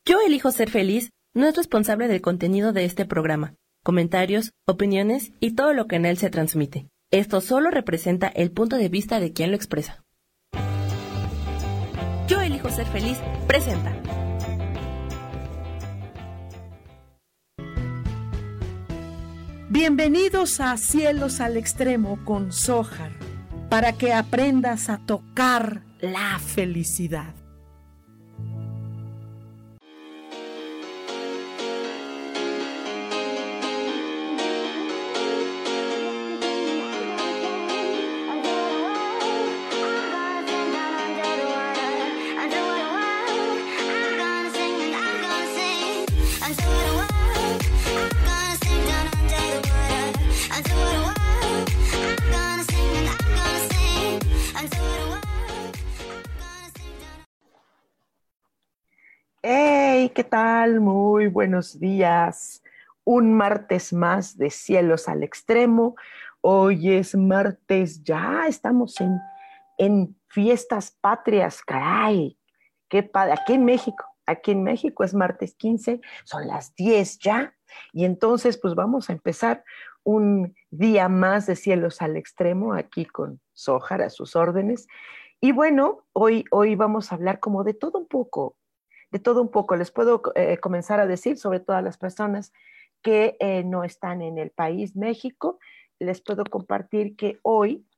Yo elijo ser feliz no es responsable del contenido de este programa, comentarios, opiniones y todo lo que en él se transmite. Esto solo representa el punto de vista de quien lo expresa. Yo elijo ser feliz presenta. Bienvenidos a Cielos al Extremo con Sohar, para que aprendas a tocar la felicidad. Hey, ¿qué tal? Muy buenos días. Un martes más de Cielos al Extremo. Hoy es martes, ya estamos en fiestas patrias, caray. Qué padre. Aquí en México es martes 15, son las 10 ya. Y entonces, pues vamos a empezar un día más de Cielos al Extremo aquí con Sohar a sus órdenes. Y bueno, hoy vamos a hablar como de todo un poco. De todo un poco. Les puedo comenzar a decir, sobre todo a las personas que no están en el país México, les puedo compartir que hoy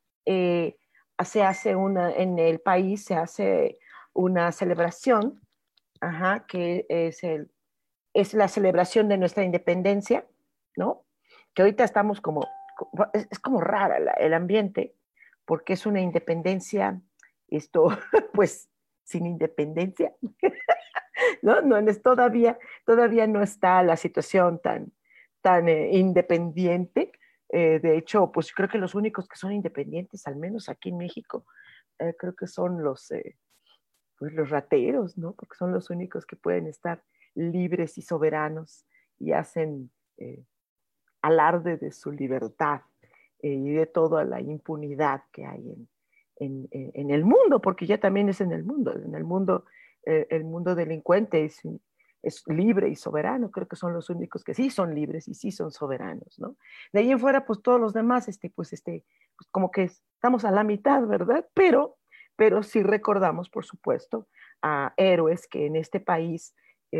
en el país se hace una celebración, que es la celebración de nuestra independencia, ¿no? Que ahorita estamos es como rara el ambiente, porque es una independencia, pues, sin independencia. ¿No? Todavía no está la situación tan independiente. De hecho, pues creo que los únicos que son independientes, al menos aquí en México, creo que son pues los rateros, ¿no? Porque son los únicos que pueden estar libres y soberanos y hacen alarde de su libertad y de toda la impunidad que hay en el mundo, porque ya también es en el mundo. En el mundo delincuente es libre y soberano. Creo que son los únicos que sí son libres y sí son soberanos, ¿no? De ahí en fuera, pues todos los demás, pues como que estamos a la mitad, ¿verdad? Pero sí recordamos, por supuesto, a héroes que en este país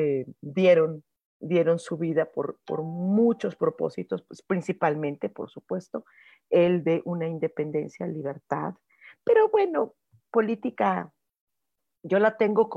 dieron su vida por muchos propósitos, pues principalmente, por supuesto, el de una independencia, libertad. Pero bueno, política, yo la tengo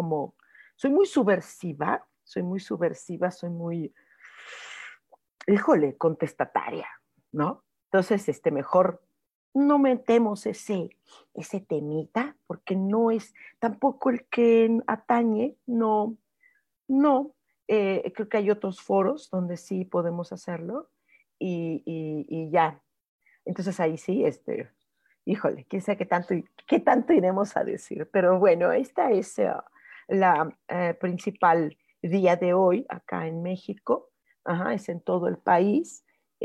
soy muy, híjole, contestataria, ¿no? Entonces, mejor no metemos ese temita, porque no es tampoco el que atañe, no, creo que hay otros foros donde sí podemos hacerlo y ya. Entonces ahí sí, híjole, quién sabe qué tanto iremos a decir. Pero bueno, esta es la principal día de hoy acá en México. Es en todo el país.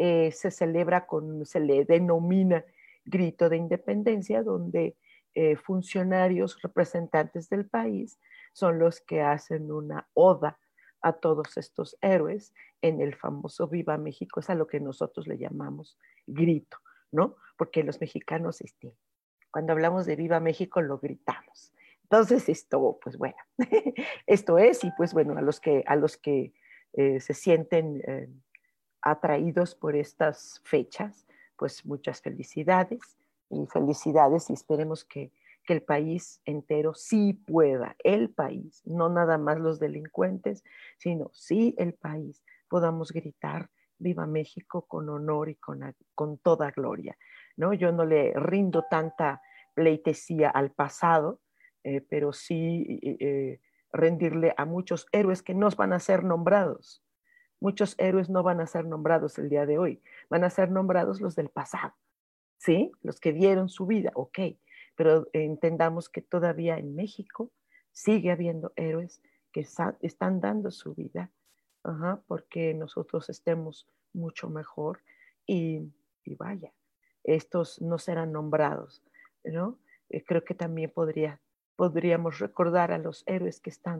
Se le denomina Grito de Independencia, donde funcionarios representantes del país son los que hacen una oda a todos estos héroes en el famoso Viva México. Es a lo que nosotros le llamamos grito, ¿no? Porque los mexicanos, cuando hablamos de Viva México, lo gritamos. Entonces, pues bueno, esto es, y pues bueno, a los que se sienten atraídos por estas fechas, pues muchas felicidades y esperemos que el país entero sí pueda, el país, no nada más los delincuentes, sino sí el país, podamos gritar Viva México con honor y con toda gloria, ¿no? Yo no le rindo tanta pleitesía al pasado, pero sí rendirle a muchos héroes que nos van a ser nombrados. Muchos héroes no van a ser nombrados el día de hoy, van a ser nombrados los del pasado, ¿sí? Los que dieron su vida, ok, pero entendamos que todavía en México sigue habiendo héroes que están dando su vida, porque nosotros estemos mucho mejor y vaya, estos no serán nombrados, ¿no? Creo que también podríamos recordar a los héroes que están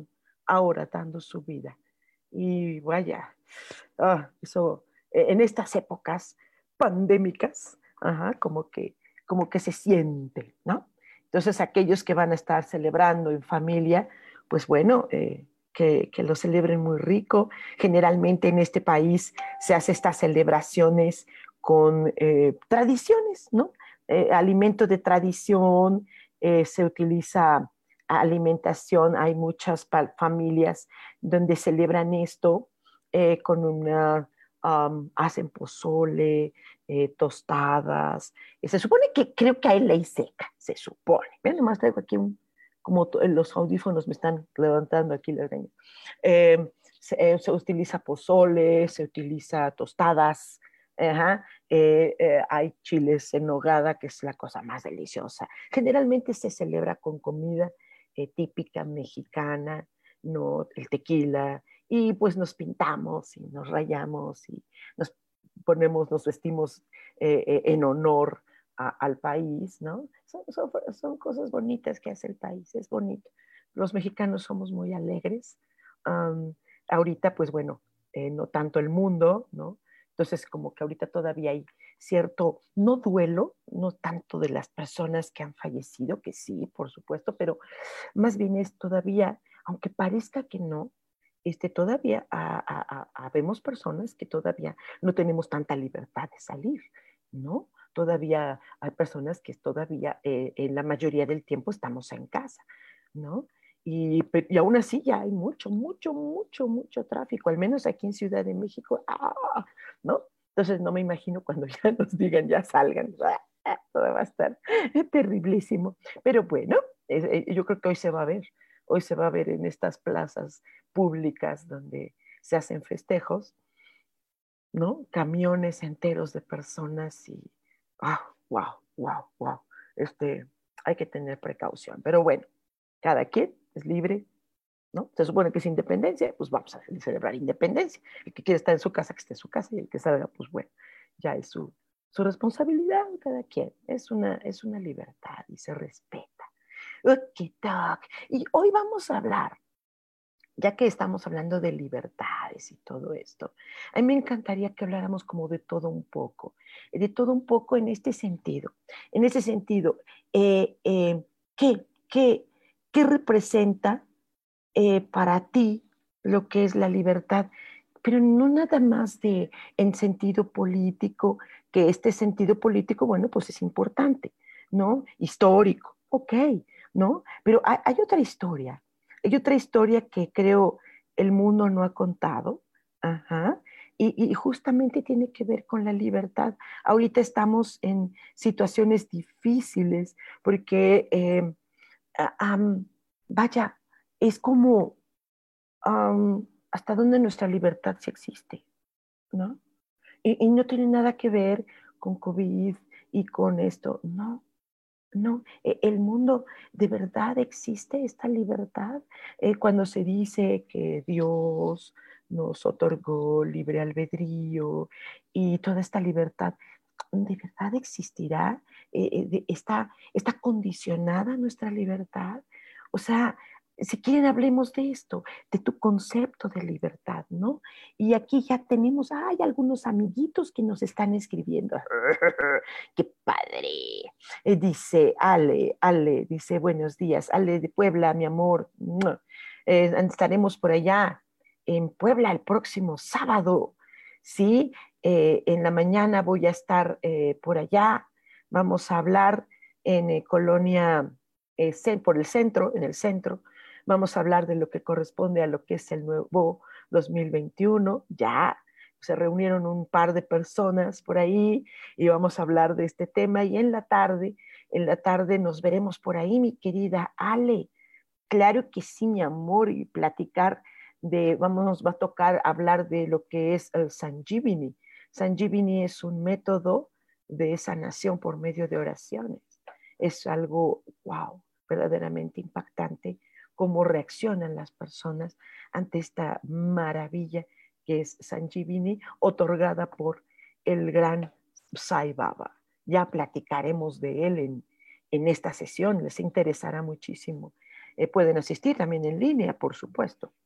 ahora dando su vida. Y vaya, eso en estas épocas pandémicas, como que se siente, ¿no? Entonces, aquellos que van a estar celebrando en familia, pues bueno, que lo celebren muy rico. Generalmente en este país se hace estas celebraciones con tradiciones, ¿no? Alimento de tradición, se utiliza alimentación, hay muchas familias donde celebran esto con una, hacen pozole, tostadas. Se supone que creo que hay ley seca, se supone. Vean, nomás traigo aquí como los audífonos me están levantando aquí las greñas. Se utiliza pozole, se utiliza tostadas, hay chiles en nogada, que es la cosa más deliciosa. Generalmente se celebra con comida típica mexicana, ¿no? El tequila, y pues nos pintamos y nos rayamos y nos ponemos, nos vestimos en honor al país, ¿no? Son cosas bonitas que hace el país, es bonito. Los mexicanos somos muy alegres. Um, Ahorita, pues bueno, no tanto el mundo, ¿no? Entonces, como que ahorita todavía hay cierto, no duelo, no tanto de las personas que han fallecido, que sí, por supuesto, pero más bien es todavía, aunque parezca que no, todavía vemos personas que todavía no tenemos tanta libertad de salir, ¿no? Todavía hay personas que todavía en la mayoría del tiempo estamos en casa, ¿no? Y aún así ya hay mucho tráfico, al menos aquí en Ciudad de México, ¿no? Entonces no me imagino cuando ya nos digan ya salgan, todo va a estar terriblísimo. Pero bueno, yo creo que hoy se va a ver en estas plazas públicas donde se hacen festejos, ¿no? Camiones enteros de personas y, wow. Hay que tener precaución. Pero bueno, cada quien es libre, ¿no? Se supone que es independencia, pues vamos a celebrar independencia. El que quiere estar en su casa, que esté en su casa, y el que salga, pues bueno, ya es su responsabilidad, cada quien. Es una libertad y se respeta. Ok, Doc. Y hoy vamos a hablar, ya que estamos hablando de libertades y todo esto, a mí me encantaría que habláramos como de todo un poco en ese sentido, ¿qué, qué, qué representa para ti lo que es la libertad? Pero no nada más en sentido político, que este sentido político, bueno, pues es importante, ¿no? Histórico, ok, ¿no? Pero hay otra historia que creo el mundo no ha contado, ajá, y justamente tiene que ver con la libertad. Ahorita estamos en situaciones difíciles porque, vaya, es como hasta dónde nuestra libertad sí existe, ¿no? Y no tiene nada que ver con COVID y con esto, no, el mundo, ¿de verdad existe esta libertad? Cuando se dice que Dios nos otorgó libre albedrío y toda esta libertad, ¿de verdad existirá? ¿Está condicionada nuestra libertad? O sea, si quieren hablemos de esto, de tu concepto de libertad, ¿no? Y aquí ya tenemos, hay algunos amiguitos que nos están escribiendo. ¡Qué padre! Dice Ale, dice, buenos días, Ale de Puebla, mi amor. Estaremos por allá en Puebla el próximo sábado, ¿sí? En la mañana voy a estar por allá. Vamos a hablar en Colonia, por el centro, en el centro. Vamos a hablar de lo que corresponde a lo que es el nuevo 2021. Ya se reunieron un par de personas por ahí y vamos a hablar de este tema. Y en la tarde nos veremos por ahí, mi querida Ale. Claro que sí, mi amor, y platicar nos va a tocar hablar de lo que es el Sanjivini. Sanjivini es un método de sanación por medio de oraciones. Es algo, wow, verdaderamente impactante cómo reaccionan las personas ante esta maravilla que es Sanjivini, otorgada por el gran Sai Baba. Ya platicaremos de él en esta sesión, les interesará muchísimo. Pueden asistir también en línea, por supuesto.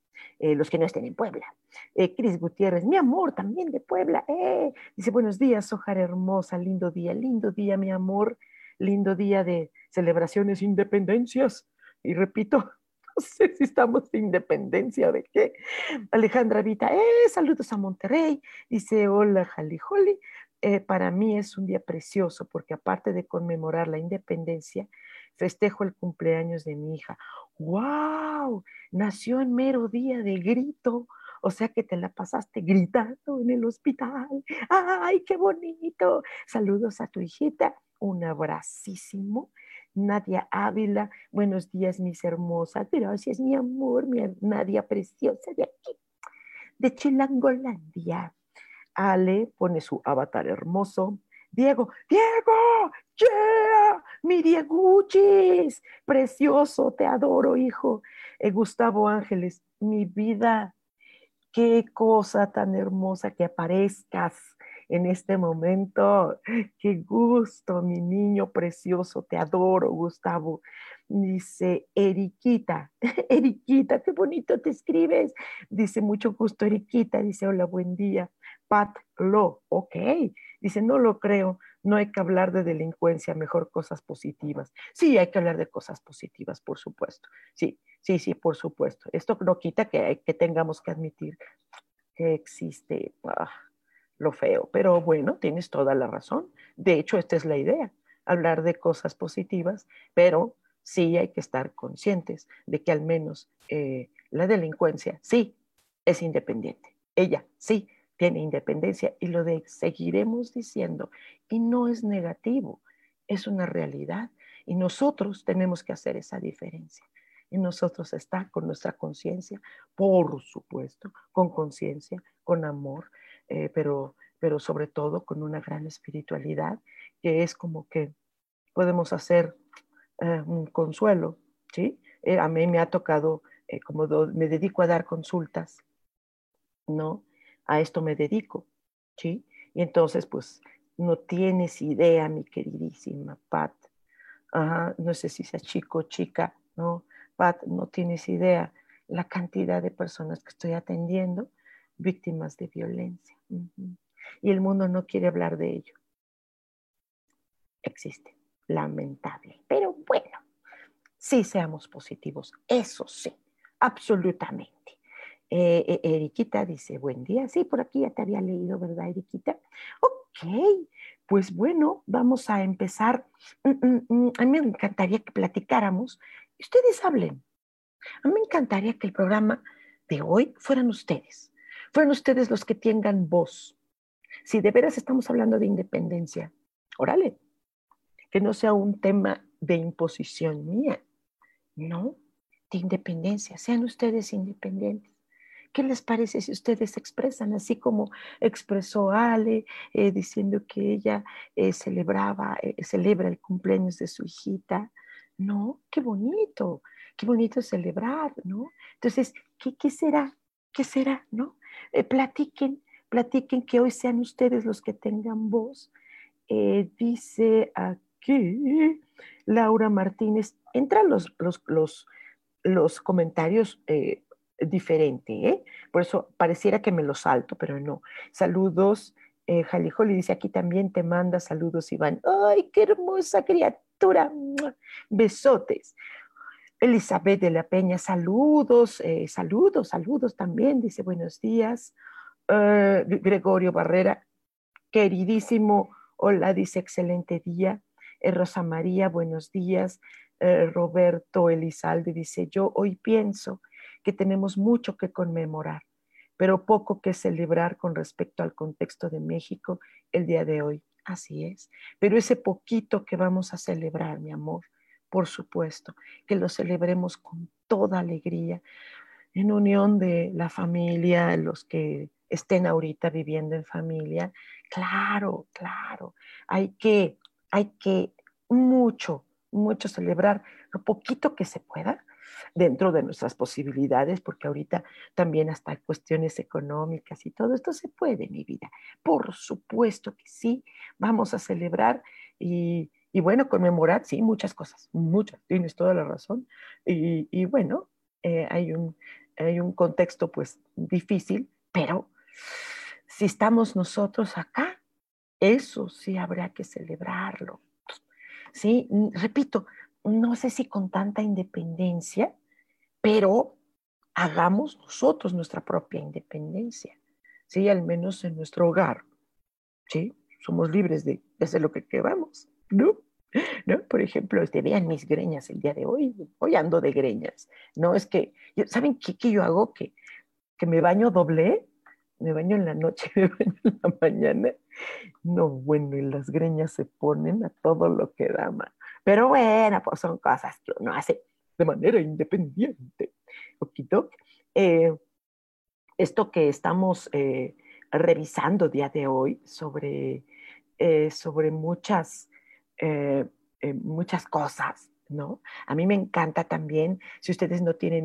los que no estén en Puebla. Cris Gutiérrez, mi amor, también de Puebla. Dice, buenos días, Sojar hermosa, lindo día, mi amor, lindo día de celebraciones, independencias. Y repito, no sé si estamos de independencia, ¿de qué? Alejandra Vita, saludos a Monterrey. Dice, hola, Jalijoli. Para mí es un día precioso porque aparte de conmemorar la independencia, festejo el cumpleaños de mi hija. ¡Wow! Nació en mero día de grito. O sea que te la pasaste gritando en el hospital. ¡Ay, qué bonito! Saludos a tu hijita. Un abracísimo. Nadia Ávila, buenos días, mis hermosas. Gracias, mi amor, mi Nadia preciosa de aquí, de Chilangolandia. Ale pone su avatar hermoso. Diego, yeah, mi Dieguchis, precioso, te adoro, hijo. Gustavo Ángeles, mi vida, qué cosa tan hermosa que aparezcas en este momento. Qué gusto, mi niño precioso, te adoro, Gustavo. Dice Eriquita, Eriquita, qué bonito te escribes. Dice mucho gusto, Eriquita. Dice hola, buen día. Pat Lo, ok. Dice no lo creo, no hay que hablar de delincuencia, mejor cosas positivas. Sí, hay que hablar de cosas positivas, por supuesto. Sí, sí, por supuesto. Esto no quita que tengamos que admitir que existe lo feo, pero bueno, tienes toda la razón. De hecho, esta es la idea, hablar de cosas positivas, pero sí hay que estar conscientes de que al menos la delincuencia sí es independiente. Ella sí tiene independencia y lo seguiremos diciendo. Y no es negativo, es una realidad. Y nosotros tenemos que hacer esa diferencia. Y nosotros está con nuestra conciencia, por supuesto, con conciencia, con amor, pero sobre todo con una gran espiritualidad, que es como que podemos hacer un consuelo, ¿sí? A mí me ha tocado, me dedico a dar consultas, ¿no? A esto me dedico, ¿sí? Y entonces, pues, no tienes idea, mi queridísima Pat. Ajá, no sé si sea chico o chica, ¿no? Pat, no tienes idea la cantidad de personas que estoy atendiendo víctimas de violencia. Y el mundo no quiere hablar de ello. Existe, lamentable. Pero bueno, sí seamos positivos, eso sí, absolutamente. Eriquita dice, buen día. Sí, por aquí ya te había leído, ¿verdad, Eriquita? Ok, pues bueno, vamos a empezar. A mí me encantaría que platicáramos. Ustedes hablen. A mí me encantaría que el programa de hoy fueran ustedes. Fueran ustedes los que tengan voz. Si de veras estamos hablando de independencia, órale, que no sea un tema de imposición mía, no, de independencia. Sean ustedes independientes. ¿Qué les parece si ustedes se expresan así como expresó Ale, diciendo que ella celebra el cumpleaños de su hijita? No, qué bonito celebrar, ¿no? Entonces, ¿qué será? ¿Qué será, no? Platiquen que hoy sean ustedes los que tengan voz. Dice aquí Laura Martínez, entran los comentarios diferente, ¿eh? Por eso pareciera que me lo salto, pero no. Saludos, Jalijoli dice, aquí también te manda saludos, Iván. ¡Ay, qué hermosa criatura! ¡Mua! Besotes. Elizabeth de la Peña, saludos, saludos también, dice buenos días. Gregorio Barrera, queridísimo, hola, dice excelente día. Rosa María, buenos días. Roberto Elizalde dice, yo hoy pienso que tenemos mucho que conmemorar, pero poco que celebrar con respecto al contexto de México el día de hoy. Así es, pero ese poquito que vamos a celebrar, mi amor, por supuesto, que lo celebremos con toda alegría, en unión de la familia, los que estén ahorita viviendo en familia. Claro, hay que mucho celebrar lo poquito que se pueda dentro de nuestras posibilidades, porque ahorita también hasta hay cuestiones económicas y todo esto se puede, mi vida. Por supuesto que sí, vamos a celebrar y bueno, conmemorar, sí, muchas cosas, muchas, tienes toda la razón. Y bueno, hay hay un contexto pues difícil, pero si estamos nosotros acá, eso sí habría que celebrarlo. Sí, repito, no sé si con tanta independencia, pero hagamos nosotros nuestra propia independencia, ¿sí? Al menos en nuestro hogar, ¿sí? Somos libres de hacer lo que queramos, ¿no? ¿No? Por ejemplo, vean mis greñas el día de hoy. Hoy ando de greñas. No es que, ¿saben qué yo hago? Que me baño doble, me baño en la noche, me baño en la mañana. No, bueno, y las greñas se ponen a todo lo que da, man. Pero bueno, pues son cosas que uno hace de manera independiente. Poquito. Eh, Esto que estamos revisando día de hoy sobre muchas cosas, ¿no? A mí me encanta también, si ustedes no tienen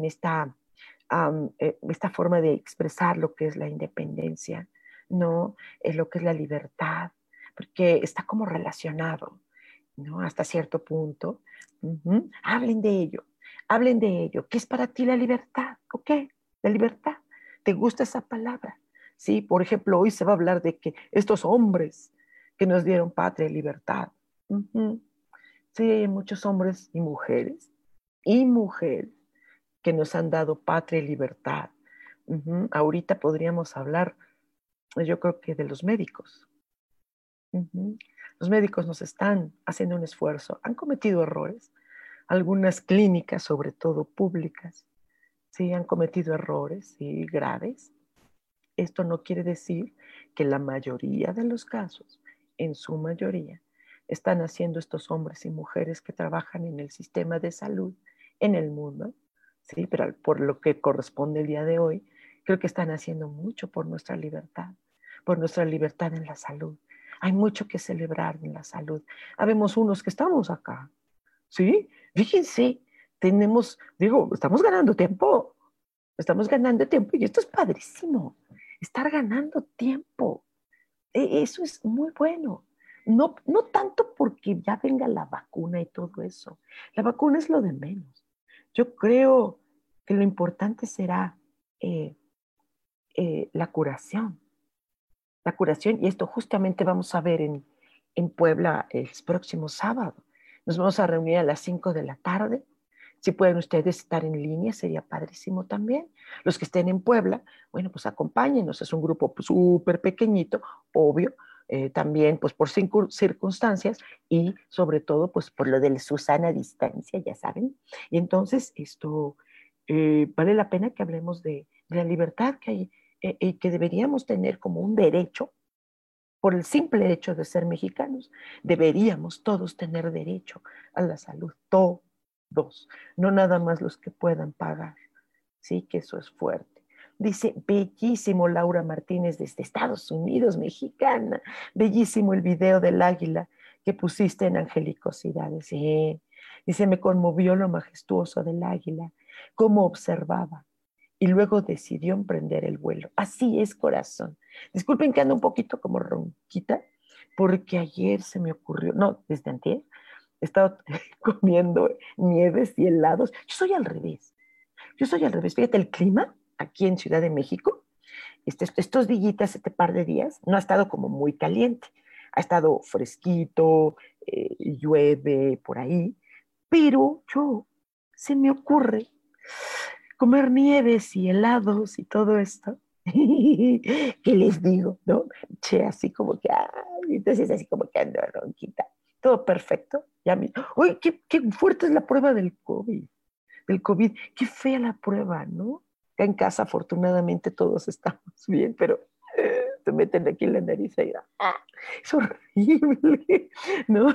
esta forma de expresar lo que es la independencia, ¿no? Lo que es la libertad, porque está como relacionado, ¿no? Hasta cierto punto. Uh-huh. Hablen de ello. ¿Qué es para ti la libertad? ¿Ok? La libertad. ¿Te gusta esa palabra? Sí, por ejemplo, hoy se va a hablar de que estos hombres que nos dieron patria y libertad. Uh-huh. Sí, hay muchos hombres y mujeres que nos han dado patria y libertad. Uh-huh. Ahorita podríamos hablar, yo creo que de los médicos. Uh-huh. Los médicos nos están haciendo un esfuerzo, han cometido errores, algunas clínicas, sobre todo públicas, sí han cometido errores, sí, graves. Esto no quiere decir que la mayoría de los casos, en su mayoría, están haciendo estos hombres y mujeres que trabajan en el sistema de salud en el mundo, sí, pero por lo que corresponde el día de hoy, creo que están haciendo mucho por nuestra libertad en la salud. Hay mucho que celebrar en la salud. Habemos unos que estamos acá, ¿sí? Fíjense, estamos ganando tiempo y esto es padrísimo, estar ganando tiempo. Eso es muy bueno. No, no tanto porque ya venga la vacuna y todo eso. La vacuna es lo de menos. Yo creo que lo importante será eh, la curación. La curación, y esto justamente vamos a ver en Puebla el próximo sábado. Nos vamos a reunir a las 5 de la tarde. Si pueden ustedes estar en línea, sería padrísimo también. Los que estén en Puebla, bueno, pues acompáñenos. Es un grupo súper pequeñito, obvio, también pues por circunstancias y sobre todo pues por lo de su sana distancia, ya saben. Y entonces esto vale la pena que hablemos de la libertad que hay y que deberíamos tener como un derecho por el simple hecho de ser mexicanos. Deberíamos todos tener derecho a la salud, todos, no nada más los que puedan pagar. Sí, que eso es fuerte. Dice, bellísimo Laura Martínez desde Estados Unidos, mexicana. Bellísimo el video del águila que pusiste en Angelicosidades. Sí. Dice, me conmovió lo majestuoso del águila, cómo observaba y luego decidió emprender el vuelo. Así es, corazón. Disculpen que ando un poquito como ronquita, porque ayer se me ocurrió, no, desde antier, he estado comiendo nieves y helados. Yo soy al revés. Fíjate, el clima aquí en Ciudad de México, estos días, este par de días, no ha estado como muy caliente. Ha estado fresquito, llueve por ahí, pero se me ocurre comer nieves y helados y todo esto. ¿Qué les digo? ¿No? Che, así como que, ay, entonces así como que ando ronquita. Todo perfecto. Uy, qué fuerte es la prueba del COVID. Qué fea la prueba, ¿no? Acá en casa, afortunadamente, todos estamos bien, pero te meten aquí en la nariz y es horrible, ¿no?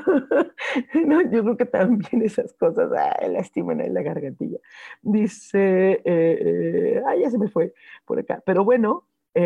No, yo creo que también esas cosas lastiman ahí la gargantilla. Dice, ya se me fue por acá, pero bueno,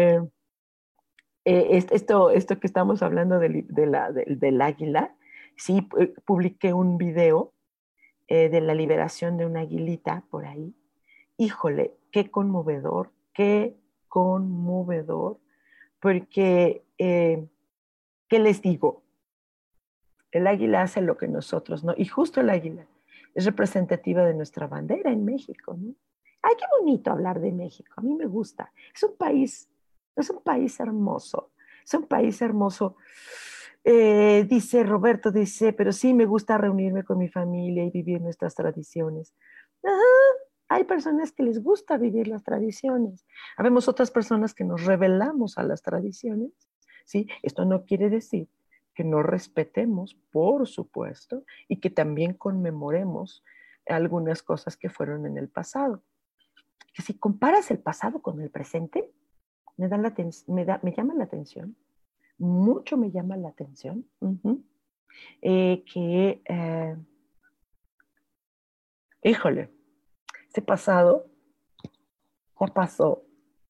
esto que estamos hablando del águila, sí, publiqué un video de la liberación de una aguilita por ahí. Híjole, qué conmovedor, porque, ¿qué les digo? El águila hace lo que nosotros, ¿no? Y justo el águila es representativa de nuestra bandera en México, ¿no? Ay, qué bonito hablar de México, a mí me gusta. Es un país hermoso, es un país hermoso. Dice Roberto, dice, pero sí me gusta reunirme con mi familia y vivir nuestras tradiciones. Ajá, hay personas que les gusta vivir las tradiciones. Habemos otras personas que nos rebelamos a las tradiciones, ¿sí? Esto no quiere decir que no respetemos, por supuesto, y que también conmemoremos algunas cosas que fueron en el pasado. Que si comparas el pasado con el presente, me llama la atención, mucho me llama la atención, que, híjole, ese pasado ya pasó,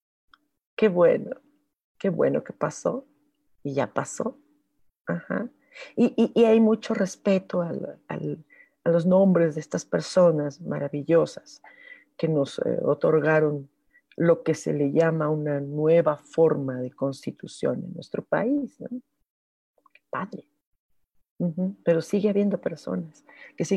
qué bueno que pasó y ya pasó. Ajá. Y hay mucho respeto a los nombres de estas personas maravillosas que nos otorgaron lo que se le llama una nueva forma de constitución en nuestro país, ¿no? Qué padre. Pero sigue habiendo personas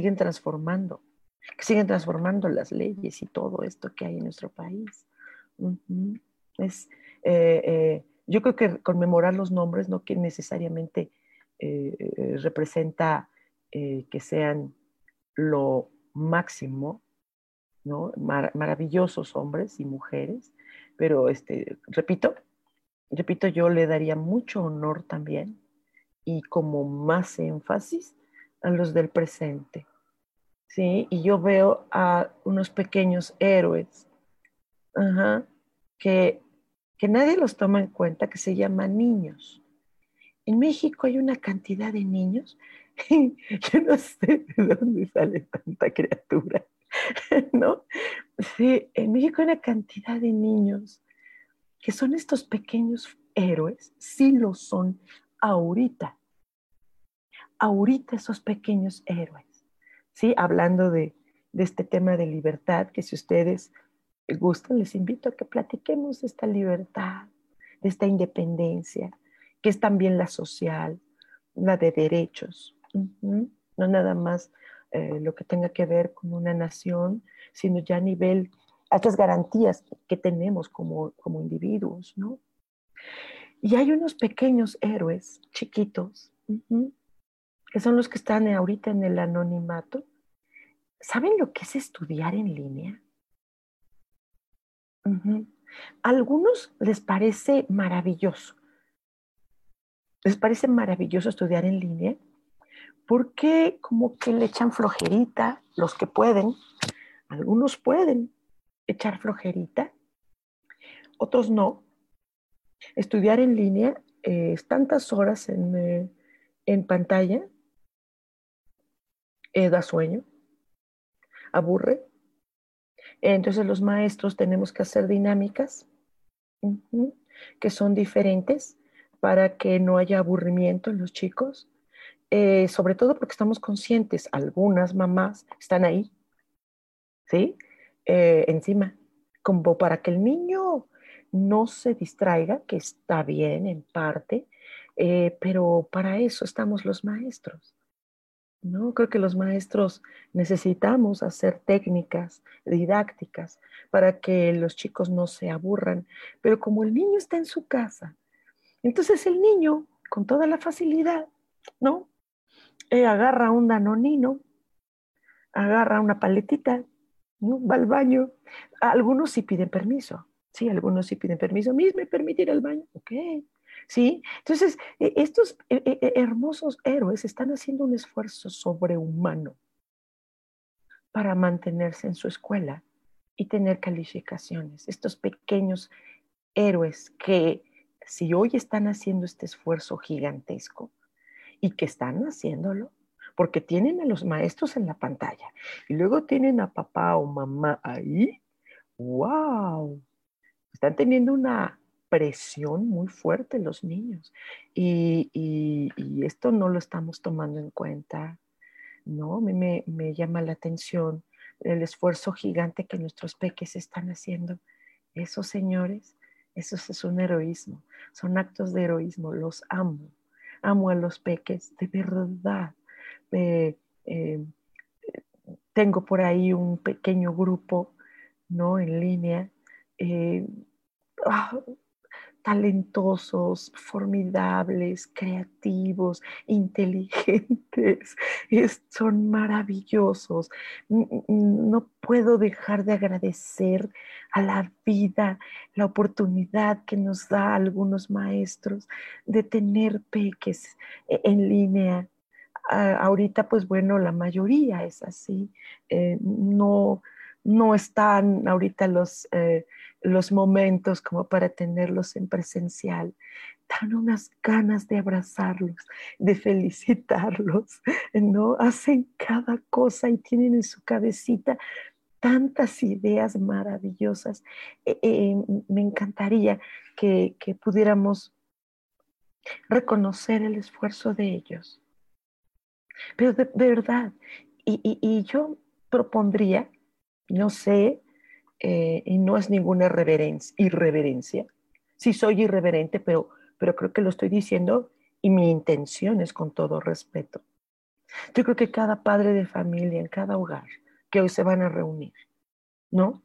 que siguen transformando las leyes y todo esto que hay en nuestro país. Ujú. Es, yo creo que conmemorar los nombres no que necesariamente representa que sean lo máximo, ¿no? Maravillosos hombres y mujeres, pero repito, yo le daría mucho honor también y como más énfasis a los del presente, ¿sí? Y yo veo a unos pequeños héroes, ajá, que, que nadie los toma en cuenta, que se llaman niños. En México hay una cantidad de niños, yo no sé de dónde sale tanta criatura, ¿no? Sí, en México hay una cantidad de niños que son estos pequeños héroes, sí lo son ahorita esos pequeños héroes, ¿sí? Hablando de este tema de libertad, que si ustedes gustan, les invito a que platiquemos de esta libertad, de esta independencia, que es también la social, la de derechos. No nada más lo que tenga que ver con una nación, sino ya a nivel, a estas garantías que tenemos como individuos, ¿no? Y hay unos pequeños héroes chiquitos, que son los que están ahorita en el anonimato. ¿Saben lo que es estudiar en línea? A algunos les parece maravilloso. Les parece maravilloso estudiar en línea porque como que le echan flojerita, los que pueden. Algunos pueden echar flojerita, otros no. Estudiar en línea es tantas horas en pantalla, da sueño, aburre. Entonces los maestros tenemos que hacer dinámicas que son diferentes para que no haya aburrimiento en los chicos, sobre todo porque estamos conscientes, algunas mamás están ahí, ¿sí? Encima, como para que el niño no se distraiga, que está bien en parte, pero para eso estamos los maestros. No, creo que los maestros necesitamos hacer técnicas didácticas para que los chicos no se aburran, pero como el niño está en su casa, entonces el niño, con toda la facilidad, ¿no? Agarra un danonino, agarra una paletita, ¿no? Va al baño. Algunos sí piden permiso, sí, algunos sí piden permiso. ¿Me permite ir al baño? Ok, sí. Entonces, estos hermosos héroes están haciendo un esfuerzo sobrehumano para mantenerse en su escuela y tener calificaciones. Estos pequeños héroes que si hoy están haciendo este esfuerzo gigantesco y que están haciéndolo, porque tienen a los maestros en la pantalla y luego tienen a papá o mamá ahí, wow, están teniendo una presión muy fuerte los niños y esto no lo estamos tomando en cuenta. ¿No? Me llama la atención el esfuerzo gigante que nuestros peques están haciendo. Esos señores, eso es un heroísmo, son actos de heroísmo, los amo. Amo a los peques, de verdad. Eh, eh, Tengo por ahí un pequeño grupo ¿no? En línea. eh, ah, Talentosos, formidables, creativos, inteligentes, son maravillosos. No puedo dejar de agradecer a la vida la oportunidad que nos da algunos maestros de tener peques en línea. Ahorita, pues bueno, la mayoría es así. No están ahorita los momentos como para tenerlos en presencial. Dan unas ganas de abrazarlos, de felicitarlos, ¿no? Hacen cada cosa y tienen en su cabecita tantas ideas maravillosas. Me encantaría que pudiéramos reconocer el esfuerzo de ellos, pero de verdad. Y yo propondría, no sé, y no es ninguna irreverencia. Sí soy irreverente, pero creo que lo estoy diciendo y mi intención es con todo respeto. Yo creo que cada padre de familia en cada hogar que hoy se van a reunir, ¿no?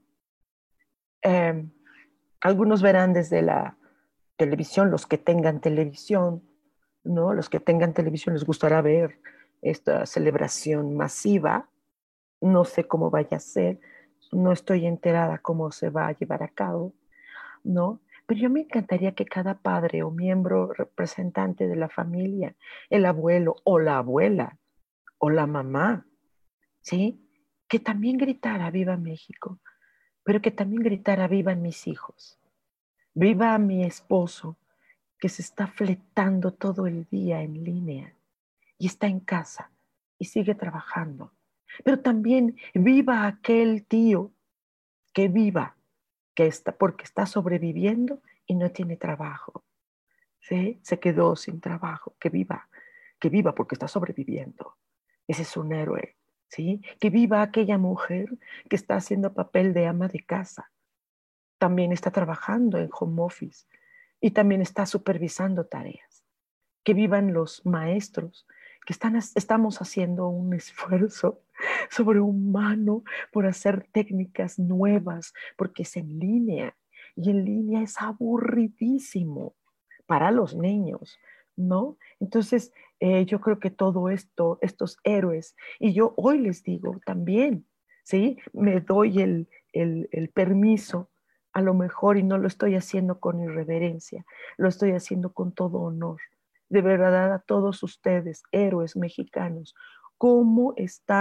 Eh, Algunos verán desde la televisión, los que tengan televisión, ¿no? Los que tengan televisión les gustará ver esta celebración masiva. No sé cómo vaya a ser, no estoy enterada cómo se va a llevar a cabo, ¿no? Pero yo me encantaría que cada padre o miembro representante de la familia, el abuelo o la abuela o la mamá, ¿sí? Que también gritara viva México, pero que también gritara vivan mis hijos, viva mi esposo que se está fletando todo el día en línea y está en casa y sigue trabajando. Pero también viva aquel tío que viva, que está, porque está sobreviviendo y no tiene trabajo, ¿sí? Se quedó sin trabajo, que viva porque está sobreviviendo. Ese es un héroe, ¿sí? Que viva aquella mujer que está haciendo papel de ama de casa, también está trabajando en home office y también está supervisando tareas. Que vivan los maestros, que estamos haciendo un esfuerzo sobrehumano por hacer técnicas nuevas, porque es en línea y en línea es aburridísimo para los niños, ¿no? Entonces, yo creo que todo esto, estos héroes, y yo hoy les digo también, ¿sí? Me doy el permiso, a lo mejor, y no lo estoy haciendo con irreverencia, lo estoy haciendo con todo honor. De verdad, a todos ustedes, héroes mexicanos, cómo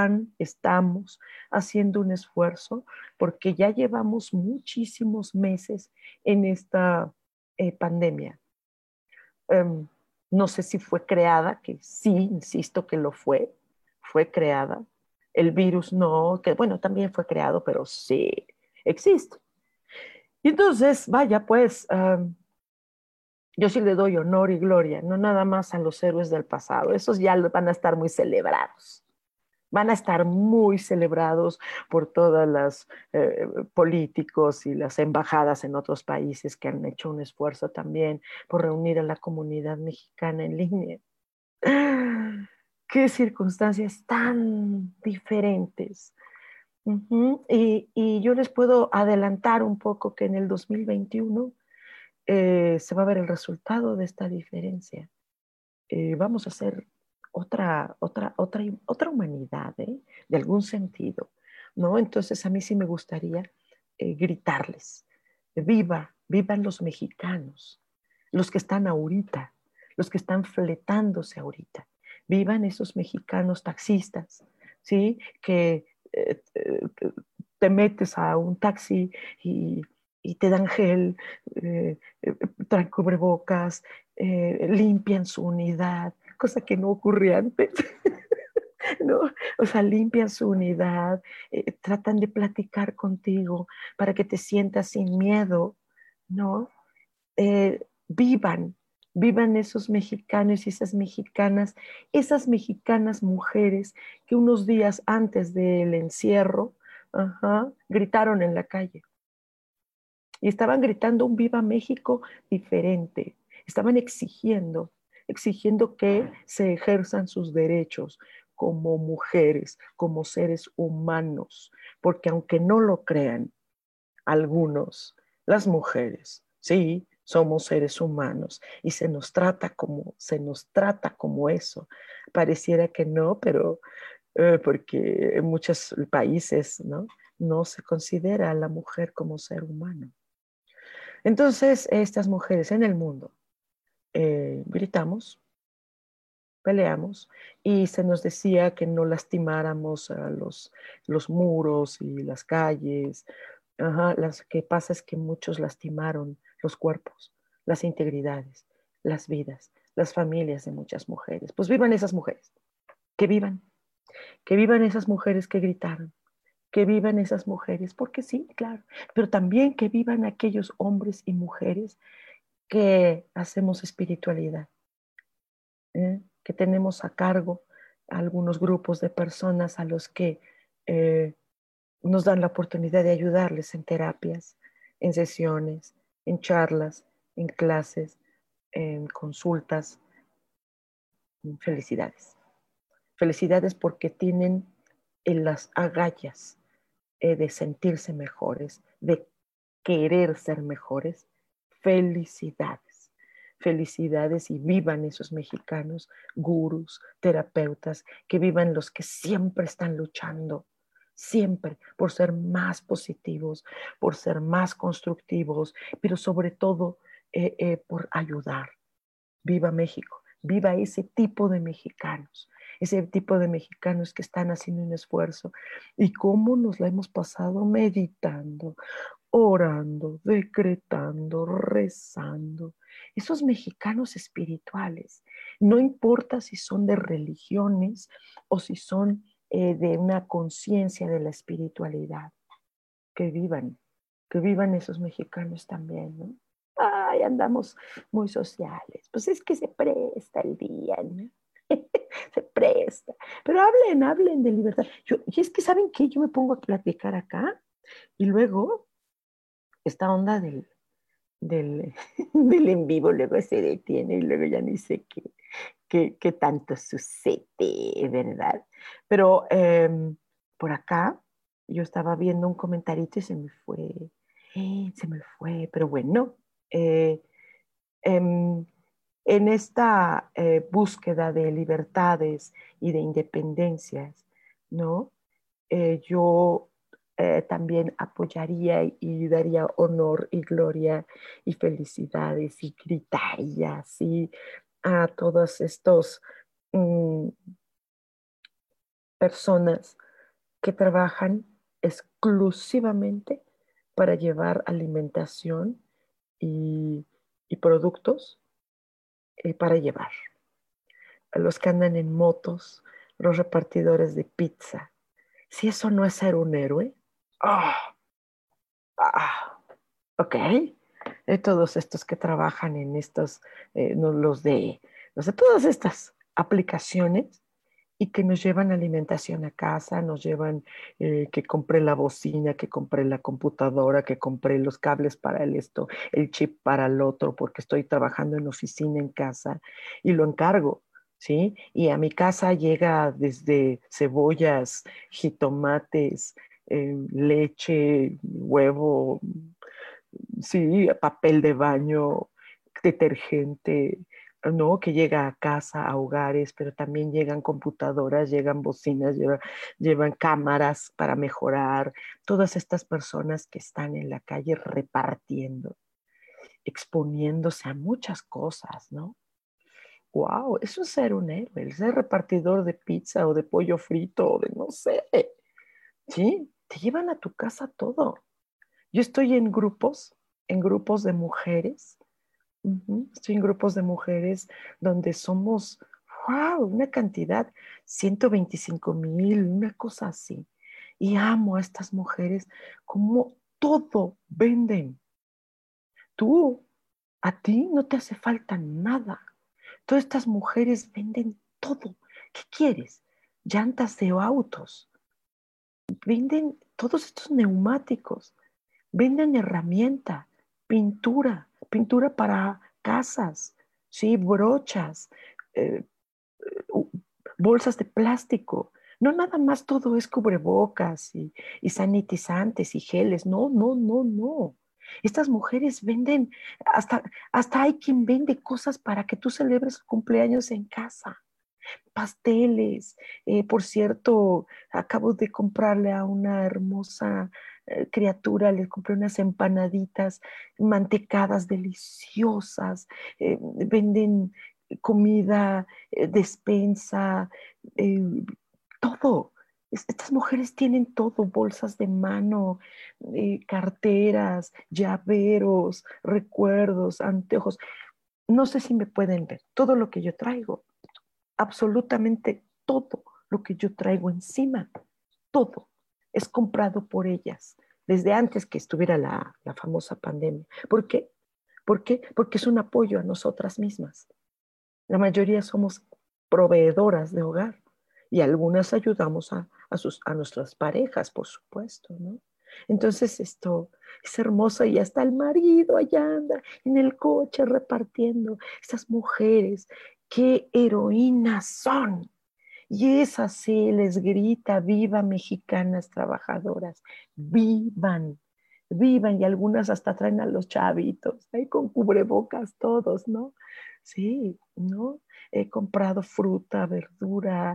estamos haciendo un esfuerzo, porque ya llevamos muchísimos meses en esta pandemia. Um, no sé si fue creada, que sí, insisto que lo fue creada. El virus no, que bueno, también fue creado, pero sí existe. Y entonces, vaya, pues, yo sí le doy honor y gloria, no nada más a los héroes del pasado, esos ya van a estar muy celebrados. Van a estar muy celebrados por todas las políticos y las embajadas en otros países que han hecho un esfuerzo también por reunir a la comunidad mexicana en línea. Qué circunstancias tan diferentes. Y yo les puedo adelantar un poco que en el 2021 se va a ver el resultado de esta diferencia. Vamos a hacer otra humanidad, ¿eh? De algún sentido, ¿no? Entonces a mí sí me gustaría gritarles, vivan los mexicanos, los que están ahorita, los que están fletándose ahorita, vivan esos mexicanos taxistas, ¿sí? Que te metes a un taxi y te dan gel, traen cubrebocas, limpian su unidad, cosa que no ocurría antes, ¿no? O sea, limpian su unidad, tratan de platicar contigo para que te sientas sin miedo, ¿no? Vivan, vivan esos mexicanos y esas mexicanas mujeres que unos días antes del encierro, gritaron en la calle y estaban gritando un Viva México diferente. Estaban exigiendo que se ejerzan sus derechos como mujeres, como seres humanos, porque aunque no lo crean, algunos, las mujeres, sí, somos seres humanos y se nos trata como eso. Pareciera que no, pero porque en muchos países, ¿no? No se considera a la mujer como ser humano. Entonces, estas mujeres en el mundo gritamos, peleamos y se nos decía que no lastimáramos a los muros y las calles. Ajá, lo que pasa es que muchos lastimaron los cuerpos, las integridades, las vidas, las familias de muchas mujeres. Pues vivan esas mujeres, que vivan esas mujeres que gritaron, que vivan esas mujeres, porque sí, claro, pero también que vivan aquellos hombres y mujeres que hacemos espiritualidad, que tenemos a cargo algunos grupos de personas a los que nos dan la oportunidad de ayudarles en terapias, en sesiones, en charlas, en clases, en consultas. Felicidades. Felicidades porque tienen las agallas de sentirse mejores, de querer ser mejores. Felicidades. Felicidades y vivan esos mexicanos, gurús, terapeutas, que vivan los que siempre están luchando, siempre por ser más positivos, por ser más constructivos, pero sobre todo por ayudar. Viva México, viva ese tipo de mexicanos que están haciendo un esfuerzo. ¿Y cómo nos la hemos pasado meditando, orando, decretando, rezando? Esos mexicanos espirituales, no importa si son de religiones o si son de una conciencia de la espiritualidad, que vivan esos mexicanos también, ¿no? Ay, andamos muy sociales. Pues es que se presta el día, ¿no? Se presta. Pero hablen de libertad. Y es que, ¿saben qué? Yo me pongo a platicar acá y luego esta onda del, del en vivo luego se detiene y luego ya ni sé qué tanto sucede, ¿verdad? Pero por acá yo estaba viendo un comentarito y se me fue, pero bueno, eh, em, en esta búsqueda de libertades y de independencias, ¿no? Yo también apoyaría y daría honor y gloria y felicidades y gritaría así a todos estos mm, personas que trabajan exclusivamente para llevar alimentación y productos para llevar. A los que andan en motos, los repartidores de pizza. Si eso no es ser un héroe, ah, ah, ok. Todos estos que trabajan en estos, no, los de todas estas aplicaciones y que nos llevan alimentación a casa, nos llevan que compré la bocina, que compré la computadora, que compré los cables para el esto, el chip para el otro, porque estoy trabajando en oficina en casa y lo encargo, ¿sí? Y a mi casa llega desde cebollas, jitomates, leche, huevo, sí, papel de baño, detergente, ¿no? Que llega a casa, a hogares, pero también llegan computadoras, llegan bocinas, llevan cámaras para mejorar. Todas estas personas que están en la calle repartiendo, exponiéndose a muchas cosas, ¿no? Wow, eso es ser un héroe, el ser repartidor de pizza o de pollo frito o de no sé, ¿sí? Te llevan a tu casa todo. Yo estoy en grupos de mujeres. Estoy en grupos de mujeres donde somos, wow, una cantidad, 125,000, una cosa así. Y amo a estas mujeres como todo venden. Tú, a ti no te hace falta nada. Todas estas mujeres venden todo. ¿Qué quieres? Llantas de autos. Venden todos estos neumáticos. Venden herramienta, pintura para casas, ¿sí? Brochas, eh, bolsas de plástico, No nada más todo es cubrebocas y sanitizantes y geles. No, no, no, no. Estas mujeres venden, hasta hay quien vende cosas para que tú celebres el cumpleaños en casa. Pasteles. Por cierto, acabo de comprarle a una hermosa criatura, le compré unas empanaditas mantecadas deliciosas. Venden comida, despensa, eh, todo. Estas mujeres tienen todo, bolsas de mano, carteras, llaveros, recuerdos, anteojos. No sé si me pueden ver todo lo que yo traigo, absolutamente todo lo que yo traigo encima, todo es comprado por ellas, desde antes que estuviera la famosa pandemia. ¿Por qué? ¿Por qué? Porque es un apoyo a nosotras mismas. La mayoría somos proveedoras de hogar y algunas ayudamos a nuestras parejas, por supuesto, ¿no? Entonces esto es hermoso y hasta el marido allá anda en el coche repartiendo. Estas mujeres, qué heroínas son. Y esas sí les grita, viva mexicanas trabajadoras, vivan, vivan. Y algunas hasta traen a los chavitos, ahí con cubrebocas todos, ¿no? Sí, ¿no? He comprado fruta, verdura,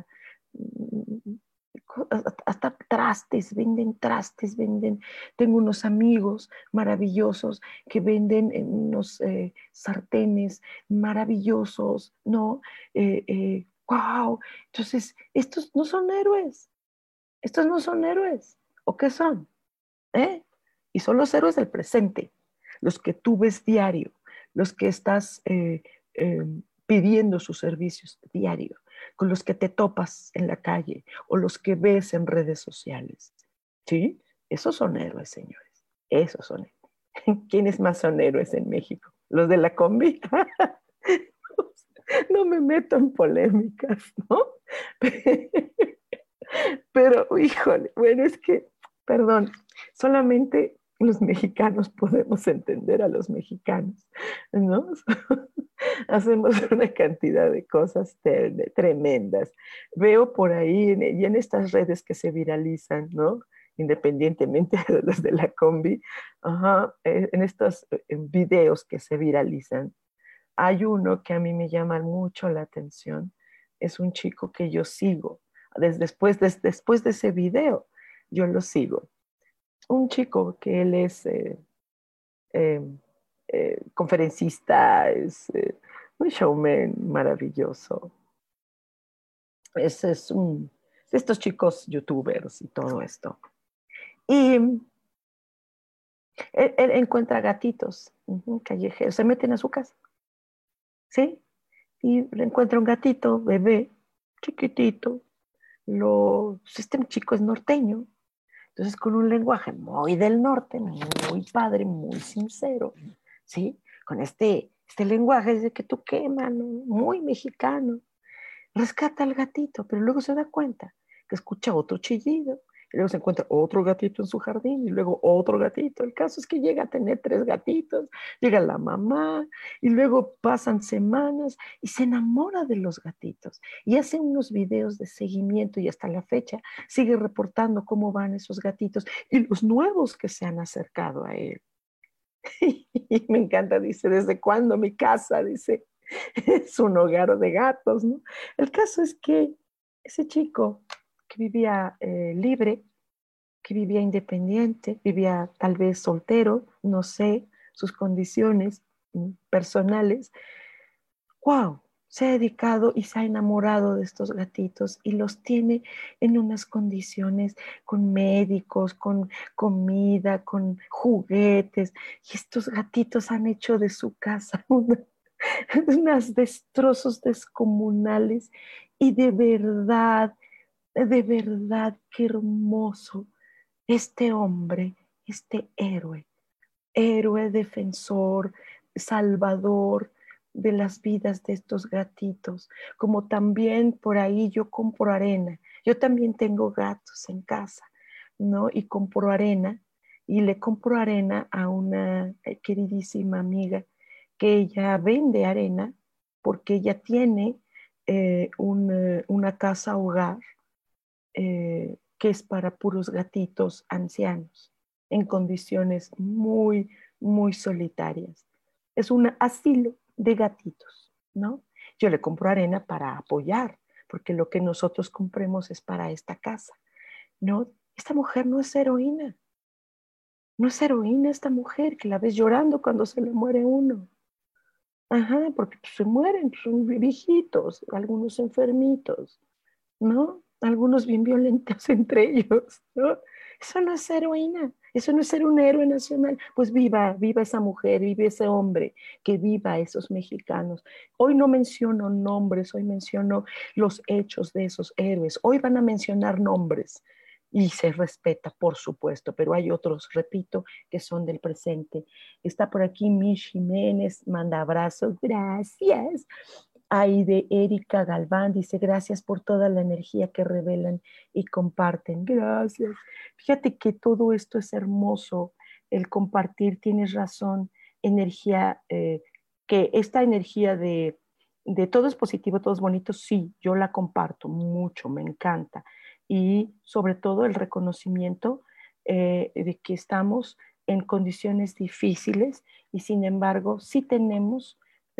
hasta trastes, venden. Tengo unos amigos maravillosos que venden unos sartenes maravillosos, ¿no? ¡Wow! Entonces, estos no son héroes, estos no son héroes. ¿O qué son? ¿Eh? Y son los héroes del presente, los que tú ves diario, los que estás eh, pidiendo sus servicios diario, con los que te topas en la calle o los que ves en redes sociales. ¿Sí? Esos son héroes, señores. Esos son héroes. ¿Quiénes más son héroes en México? ¿Los de la combi? No me meto en polémicas, ¿no? Pero, híjole, bueno, es que, perdón, solamente los mexicanos podemos entender a los mexicanos, ¿no? Hacemos una cantidad de cosas tremendas. Veo por ahí y en estas redes que se viralizan, ¿no? Independientemente de los de la combi, ajá, en estos videos que se viralizan, hay uno que a mí me llama mucho la atención. Es un chico que yo sigo. Después de ese video, yo lo sigo. Un chico que él es eh, conferencista, es un showman maravilloso. Es de estos chicos youtubers y todo esto. Y él encuentra gatitos callejeros, se meten a su casa, ¿sí? Y le encuentra un gatito, bebé, chiquitito. Este chico es norteño, entonces con un lenguaje muy del norte, muy padre, muy sincero, ¿sí? Con este lenguaje dice que tú qué, mano, muy mexicano. Rescata al gatito, pero luego se da cuenta que escucha otro chillido, y luego se encuentra otro gatito en su jardín, y luego otro gatito. El caso es que llega a tener 3 gatitos, llega la mamá, y luego pasan semanas y se enamora de los gatitos, y hace unos videos de seguimiento, y hasta la fecha sigue reportando cómo van esos gatitos y los nuevos que se han acercado a él. Y me encanta, dice, ¿desde cuándo mi casa? Dice, es un hogar de gatos, ¿no? El caso es que ese chico que vivía libre, que vivía independiente, vivía tal vez soltero, no sé, sus condiciones personales, wow, se ha dedicado y se ha enamorado de estos gatitos y los tiene en unas condiciones con médicos, con comida, con juguetes. Y estos gatitos han hecho de su casa unos destrozos descomunales y de verdad, qué hermoso este hombre, este héroe defensor, salvador de las vidas de estos gatitos, como también por ahí yo compro arena. Yo también tengo gatos en casa, ¿no? Y compro arena y le compro arena a una queridísima amiga que ella vende arena porque ella tiene una casa hogar que es para puros gatitos ancianos, en condiciones muy, muy solitarias. Es un asilo de gatitos, ¿no? Yo le compro arena para apoyar, porque lo que nosotros compremos es para esta casa, ¿no? Esta mujer no es heroína. No es heroína esta mujer, que la ves llorando cuando se le muere uno. Ajá, porque pues, se mueren, pues, son viejitos, algunos enfermitos, ¿no? Algunos bien violentos entre ellos, ¿no? Eso no es heroína, eso no es ser un héroe nacional. Pues viva, viva esa mujer, vive ese hombre, que viva esos mexicanos. Hoy no menciono nombres, hoy menciono los hechos de esos héroes. Hoy van a mencionar nombres y se respeta, por supuesto, pero hay otros, repito, que son del presente. Está por aquí Mish Jiménez, manda abrazos, gracias. Ahí de Erika Galván dice, gracias por toda la energía que revelan y comparten. Gracias. Fíjate que todo esto es hermoso, el compartir, tienes razón, energía, que esta energía de todo es positivo, todo es bonito, sí, yo la comparto mucho, me encanta. Y sobre todo el reconocimiento de que estamos en condiciones difíciles y sin embargo sí tenemos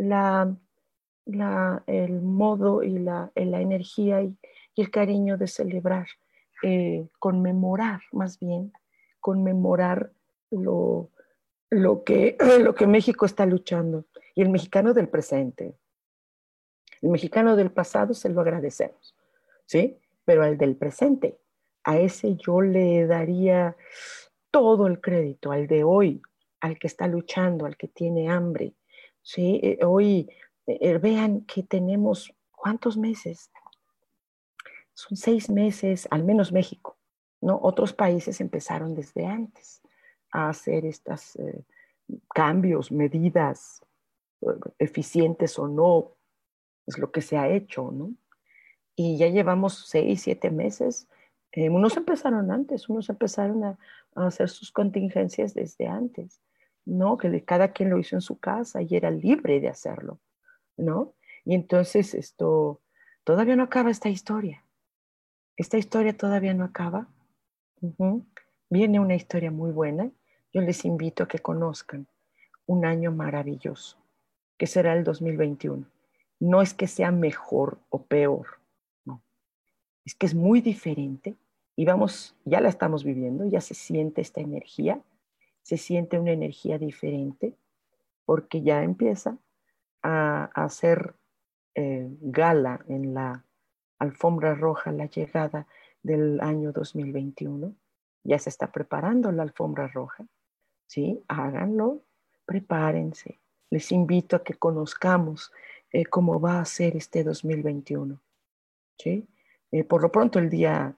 el modo y la energía y el cariño de celebrar, conmemorar más bien, conmemorar lo, lo que México está luchando. Y el mexicano del presente, el mexicano del pasado se lo agradecemos, ¿sí? Pero al del presente, a ese yo le daría todo el crédito, al de hoy, al que está luchando, al que tiene hambre, ¿sí? Hoy vean que tenemos, ¿cuántos meses? Son 6 meses, al menos México, ¿no? Otros países empezaron desde antes a hacer estos cambios, medidas, eficientes o no, es lo que se ha hecho, ¿no? Y ya llevamos 6, 7 meses. Unos empezaron antes, unos empezaron a hacer sus contingencias desde antes, ¿no? Que cada quien lo hizo en su casa y era libre de hacerlo, ¿no? Y entonces todavía no acaba esta historia. Esta historia todavía no acaba. Uh-huh. Viene una historia muy buena. Yo les invito a que conozcan un año maravilloso, que será el 2021. No es que sea mejor o peor, no. Es que es muy diferente y vamos, ya la estamos viviendo, ya se siente esta energía, se siente una energía diferente porque ya empieza a hacer gala en la alfombra roja la llegada del año 2021. Ya se está preparando la alfombra roja, ¿sí? Háganlo, prepárense. Les invito a que conozcamos cómo va a ser este 2021, ¿sí? Por lo pronto el día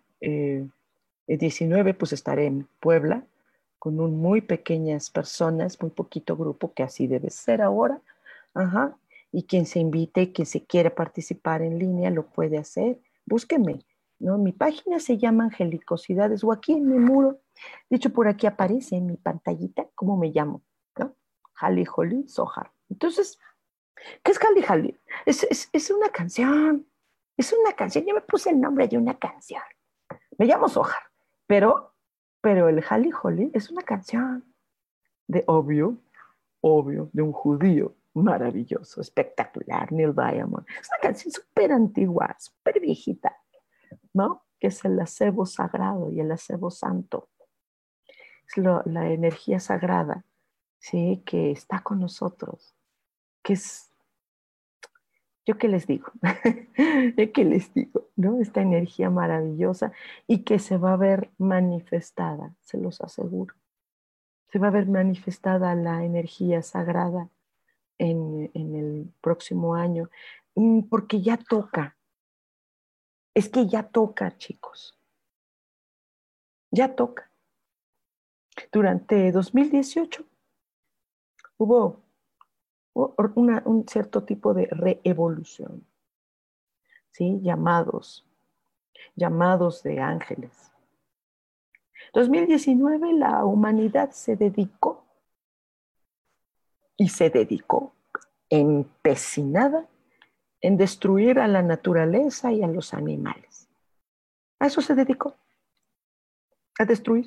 19 pues estaré en Puebla con un muy pequeñas personas, muy poquito grupo, que así debe ser ahora. Ajá. Y quien se invite, quien se quiera participar en línea, lo puede hacer. Búsquenme, ¿no? Mi página se llama Angelicosidades o aquí en mi muro. De hecho, por aquí aparece en mi pantallita cómo me llamo, ¿no? Jali Joli Sohar. Entonces, ¿qué es Jali Jali? Es una canción. Es una canción. Yo me puse el nombre de una canción. Me llamo Sohar, pero el Jali Joli es una canción de obvio, de un judío maravilloso, espectacular, Neil Diamond. Es una canción súper antigua, súper viejita, ¿no? Que es el acebo sagrado y el acebo santo. Es la energía sagrada, ¿sí? Que está con nosotros, que es, ¿yo qué les digo? ¿Yo qué les digo? ¿No? Esta energía maravillosa y que se va a ver manifestada, se los aseguro. Se va a ver manifestada la energía sagrada en el próximo año, porque ya toca. Es que ya toca, chicos. Ya toca. Durante 2018 hubo un cierto tipo de reevolución, ¿sí? Llamados de ángeles. 2019 la humanidad se dedicó empecinada en destruir a la naturaleza y a los animales. A eso se dedicó, a destruir.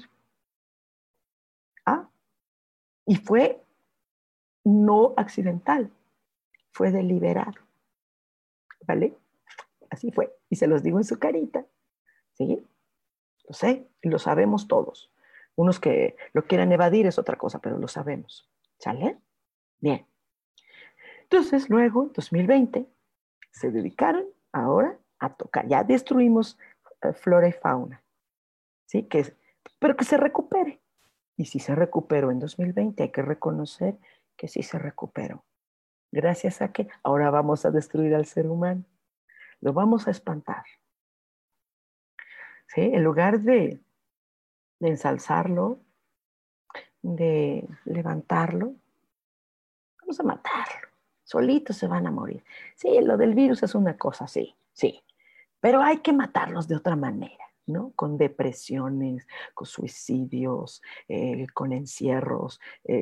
¿Ah? Y fue no accidental, fue deliberado. ¿Vale? Así fue. Y se los digo en su carita. ¿Sí? Lo sé y lo sabemos todos. Unos que lo quieran evadir es otra cosa, pero lo sabemos. ¿Sale? Bien. Entonces, luego, en 2020, se dedicaron ahora a tocar. Ya destruimos flora y fauna. ¿Sí? Pero que se recupere. Y si se recuperó en 2020, hay que reconocer que sí se recuperó. Gracias a que ahora vamos a destruir al ser humano. Lo vamos a espantar. ¿Sí? En lugar de ensalzarlo, de levantarlo, vamos a matarlo. Solitos se van a morir. Sí, lo del virus es una cosa, sí, sí. Pero hay que matarlos de otra manera, ¿no? Con depresiones, con suicidios, con encierros,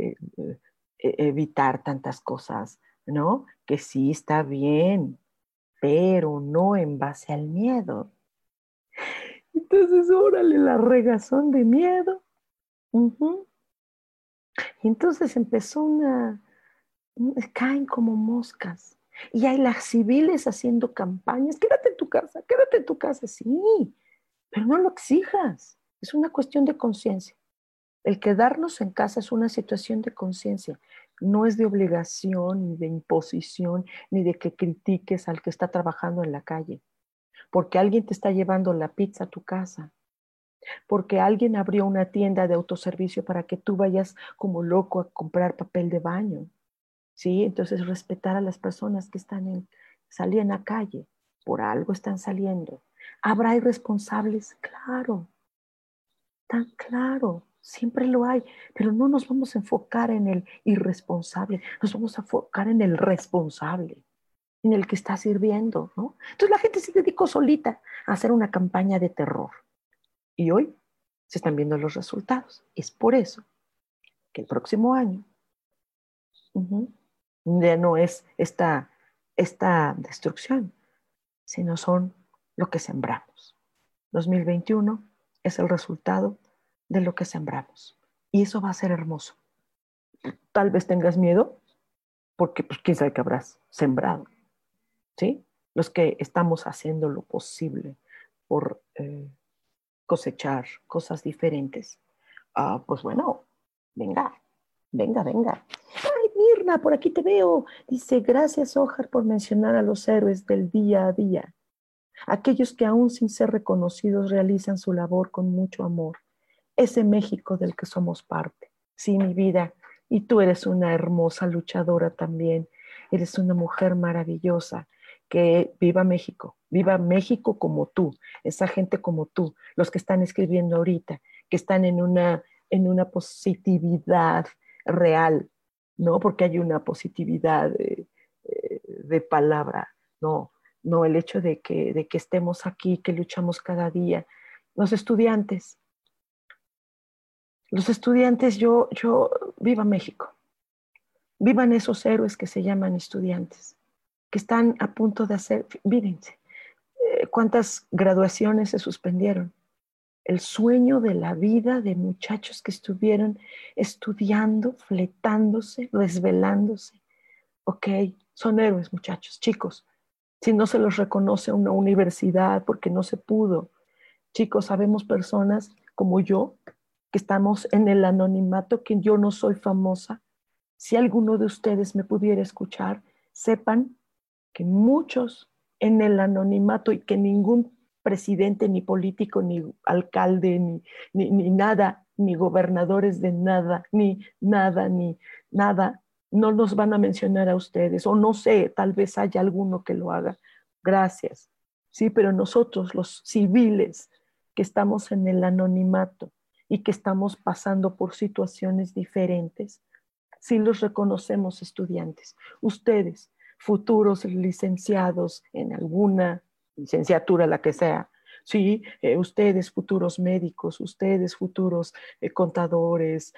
evitar tantas cosas, ¿no? Que sí está bien, pero no en base al miedo. Entonces, órale, la regazón de miedo. Uh-huh. Y entonces empezó caen como moscas. Y hay las civiles haciendo campañas. Quédate en tu casa, sí, pero no lo exijas. Es una cuestión de conciencia. El quedarnos en casa es una situación de conciencia. No es de obligación, ni de imposición, ni de que critiques al que está trabajando en la calle. Porque alguien te está llevando la pizza a tu casa. Porque alguien abrió una tienda de autoservicio para que tú vayas como loco a comprar papel de baño. ¿Sí? Entonces, respetar a las personas que salían a calle, por algo están saliendo. ¿Habrá irresponsables? Claro, tan claro, siempre lo hay, pero no nos vamos a enfocar en el irresponsable, nos vamos a enfocar en el responsable, en el que está sirviendo, ¿no? Entonces, la gente se dedicó solita a hacer una campaña de terror. Y hoy se están viendo los resultados. Es por eso que el próximo año ya no es esta destrucción, sino son lo que sembramos. 2021 es el resultado de lo que sembramos. Y eso va a ser hermoso. Tal vez tengas miedo, porque pues quién sabe qué habrás sembrado, ¿sí? Los que estamos haciendo lo posible por cosechar cosas diferentes, pues bueno, venga, venga, venga. Ay, Mirna, por aquí te veo. Dice, gracias, Ojar, por mencionar a los héroes del día a día. Aquellos que aún sin ser reconocidos realizan su labor con mucho amor. Ese México del que somos parte. Sí, mi vida. Y tú eres una hermosa luchadora también. Eres una mujer maravillosa. Que viva México como tú, esa gente como tú, los que están escribiendo ahorita, que están en una positividad real, ¿no? Porque hay una positividad de palabra, no, no el hecho de que estemos aquí, que luchamos cada día. Los estudiantes, viva México, vivan esos héroes que se llaman estudiantes, que están a punto de hacer, mírense, cuántas graduaciones se suspendieron. El sueño de la vida de muchachos que estuvieron estudiando, fletándose, desvelándose. Ok, son héroes, muchachos, chicos. Si no se los reconoce una universidad porque no se pudo. Chicos, sabemos personas como yo que estamos en el anonimato, que yo no soy famosa. Si alguno de ustedes me pudiera escuchar, sepan que muchos en el anonimato y que ningún presidente, ni político, ni alcalde, ni nada, ni gobernadores de nada, ni nada, no los van a mencionar a ustedes, o no sé, tal vez haya alguno que lo haga. Gracias. Sí, pero nosotros, los civiles, que estamos en el anonimato y que estamos pasando por situaciones diferentes, sí los reconocemos, estudiantes. Ustedes, futuros licenciados en alguna licenciatura, la que sea, sí, ustedes, futuros médicos, ustedes, futuros contadores,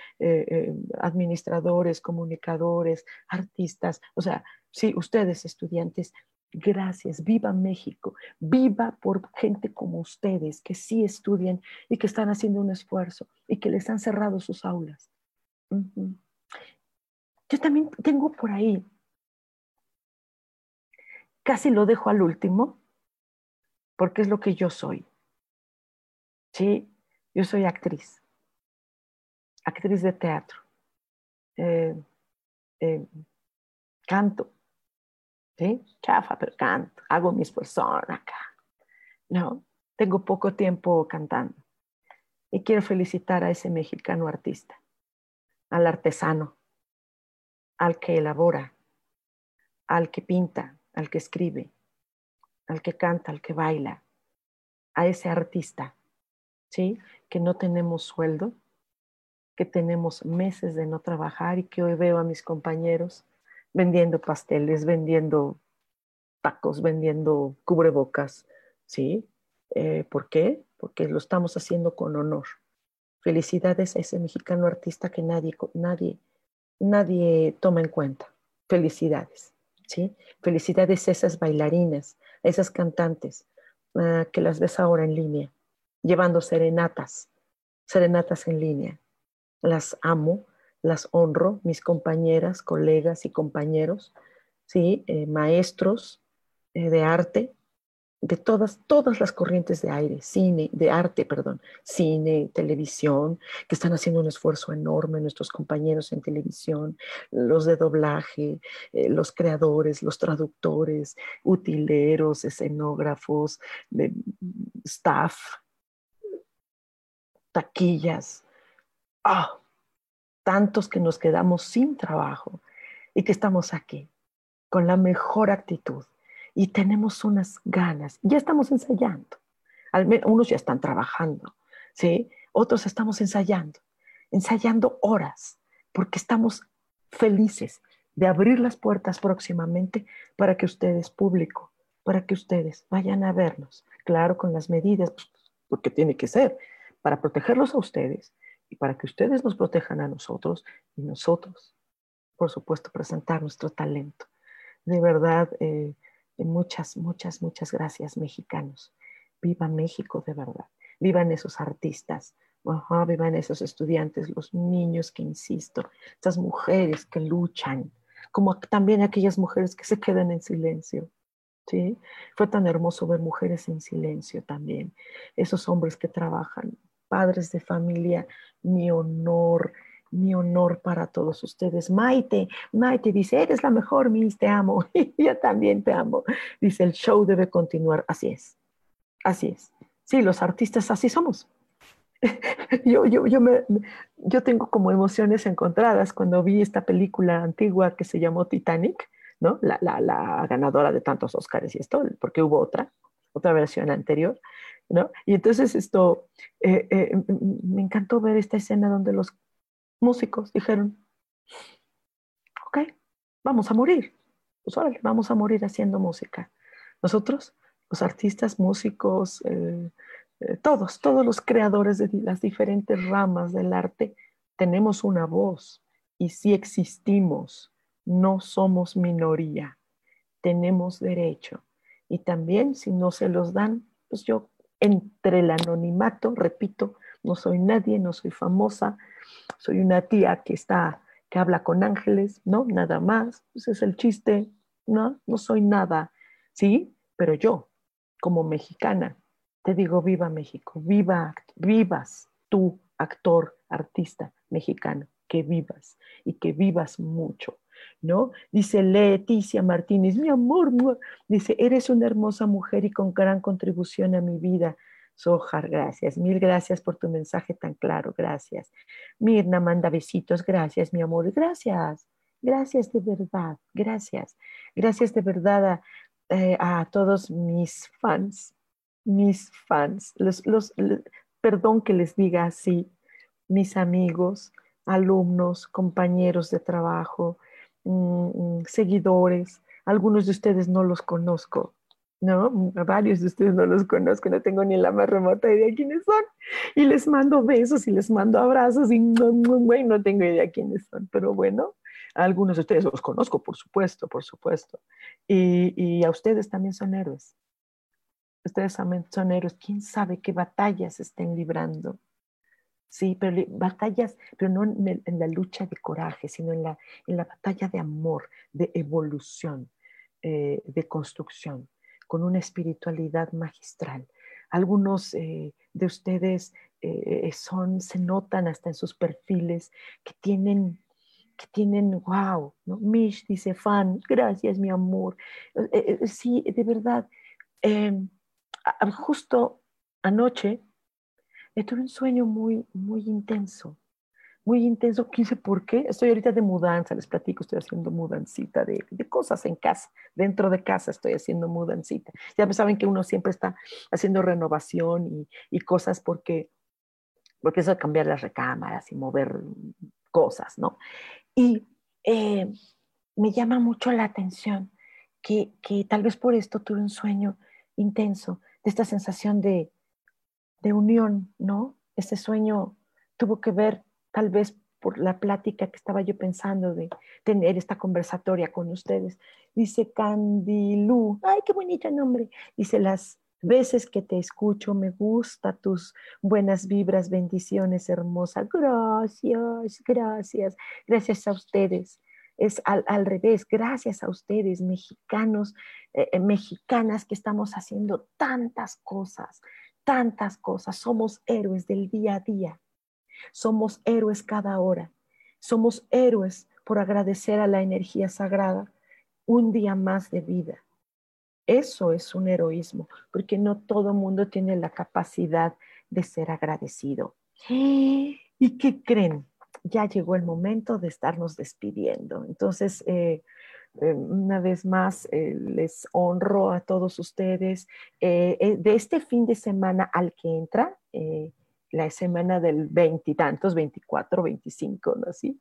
administradores, comunicadores, artistas, o sea, sí, ustedes, estudiantes, Gracias, viva México, viva por gente como ustedes que sí estudian y que están haciendo un esfuerzo y que les han cerrado sus aulas. Uh-huh. Yo también tengo por ahí, casi lo dejo al último, porque es lo que yo soy. Sí, yo soy actriz de teatro, eh, eh, canto, ¿sí? Chafa, pero canto, hago mi esfuerzo acá, ¿no? Tengo poco tiempo cantando y quiero felicitar a ese mexicano artista, al artesano, al que elabora, al que pinta, al que escribe, al que canta, al que baila, a ese artista, ¿sí? Que no tenemos sueldo, que tenemos meses de no trabajar y que hoy veo a mis compañeros vendiendo pasteles, vendiendo tacos, vendiendo cubrebocas, ¿sí? ¿Por qué? Porque lo estamos haciendo con honor. Felicidades a ese mexicano artista que nadie toma en cuenta. Felicidades, ¿sí? Felicidades a esas bailarinas, a esas cantantes que las ves ahora en línea, llevando serenatas en línea. Las amo, las honro, mis compañeras, colegas y compañeros, ¿sí? Maestros de arte, de todas las corrientes de aire, de arte, perdón, cine, televisión, que están haciendo un esfuerzo enorme, nuestros compañeros en televisión, los de doblaje, los creadores, los traductores, utileros, escenógrafos, staff, taquillas. ¡Ah! Tantos que nos quedamos sin trabajo y que estamos aquí con la mejor actitud y tenemos unas ganas. Ya estamos ensayando. Al menos unos ya están trabajando, ¿sí? Otros estamos ensayando horas, porque estamos felices de abrir las puertas próximamente para que ustedes, público, para que ustedes vayan a vernos. Claro, con las medidas, porque tiene que ser, para protegerlos a ustedes y para que ustedes nos protejan a nosotros y nosotros, por supuesto, presentar nuestro talento. De verdad, muchas gracias, mexicanos. Viva México, de verdad. Vivan esos artistas, vivan esos estudiantes, los niños que insisto, esas mujeres que luchan, como también aquellas mujeres que se quedan en silencio. ¿Sí? Fue tan hermoso ver mujeres en silencio también, esos hombres que trabajan, padres de familia, mi honor para todos ustedes. Maite dice, eres la mejor, Miss, te amo. Y yo también te amo. Dice, el show debe continuar. Así es, así es. Sí, los artistas así somos. Yo tengo como emociones encontradas cuando vi esta película antigua que se llamó Titanic, ¿no? La ganadora de tantos Oscars y esto, porque hubo otra versión anterior, ¿no? Y entonces me encantó ver esta escena donde los músicos dijeron, ok, vamos a morir. Pues órale, vamos a morir haciendo música. Nosotros, los artistas, músicos, todos los creadores de las diferentes ramas del arte, tenemos una voz y sí existimos, no somos minoría, tenemos derecho. Y también si no se los dan, pues yo entre el anonimato, repito, no soy nadie, no soy famosa, soy una tía que habla con ángeles, ¿no? Nada más, ese es el chiste, no soy nada, ¿sí? Pero yo, como mexicana, te digo, viva México, vivas tú, actor, artista mexicano, que vivas y que vivas mucho, ¿no? Dice Leticia Martínez, mi amor, dice, eres una hermosa mujer y con gran contribución a mi vida. Sojar, gracias, mil gracias por tu mensaje tan claro, gracias. Mirna manda besitos, gracias, mi amor, gracias de verdad, gracias de verdad a todos mis fans, perdón que les diga así, mis amigos, alumnos, compañeros de trabajo, seguidores, algunos de ustedes no los conozco, ¿no? A varios de ustedes no los conozco, no tengo ni la más remota idea quiénes son, y les mando besos y les mando abrazos y no tengo idea quiénes son, pero bueno, A algunos de ustedes los conozco, por supuesto, por supuesto. Y a ustedes también son héroes. Ustedes también son héroes. ¿Quién sabe qué batallas estén librando? Sí, pero batallas, pero no en la lucha de coraje, sino en la batalla de amor, de evolución, de construcción, con una espiritualidad magistral. Algunos de ustedes se notan hasta en sus perfiles que tienen, wow, ¿no? Mish dice, fan, gracias, mi amor. Sí, de verdad. Justo anoche tuve un sueño muy, muy intenso. ¿Quién sé por qué? Estoy ahorita de mudanza, les platico, estoy haciendo mudancita de cosas en casa, dentro de casa estoy haciendo mudancita. Ya saben que uno siempre está haciendo renovación y cosas porque eso de cambiar las recámaras y mover cosas, ¿no? Y me llama mucho la atención que tal vez por esto tuve un sueño intenso, de esta sensación de unión, ¿no? Ese sueño tuvo que ver tal vez por la plática que estaba yo pensando de tener esta conversatoria con ustedes. Dice Candilú, ay, qué bonito nombre. Dice, las veces que te escucho me gusta tus buenas vibras, bendiciones, hermosa. Gracias, gracias, gracias a ustedes. Es al revés, gracias a ustedes, mexicanos, mexicanas, que estamos haciendo tantas cosas, somos héroes del día a día, somos héroes cada hora, somos héroes por agradecer a la energía sagrada un día más de vida. Eso es un heroísmo, porque no todo mundo tiene la capacidad de ser agradecido. ¿Y qué creen? Ya llegó el momento de estarnos despidiendo. Entonces, una vez más, les honro a todos ustedes. De este fin de semana al que entra, la semana del veintitantos, 24, 25, ¿no? ¿Sí?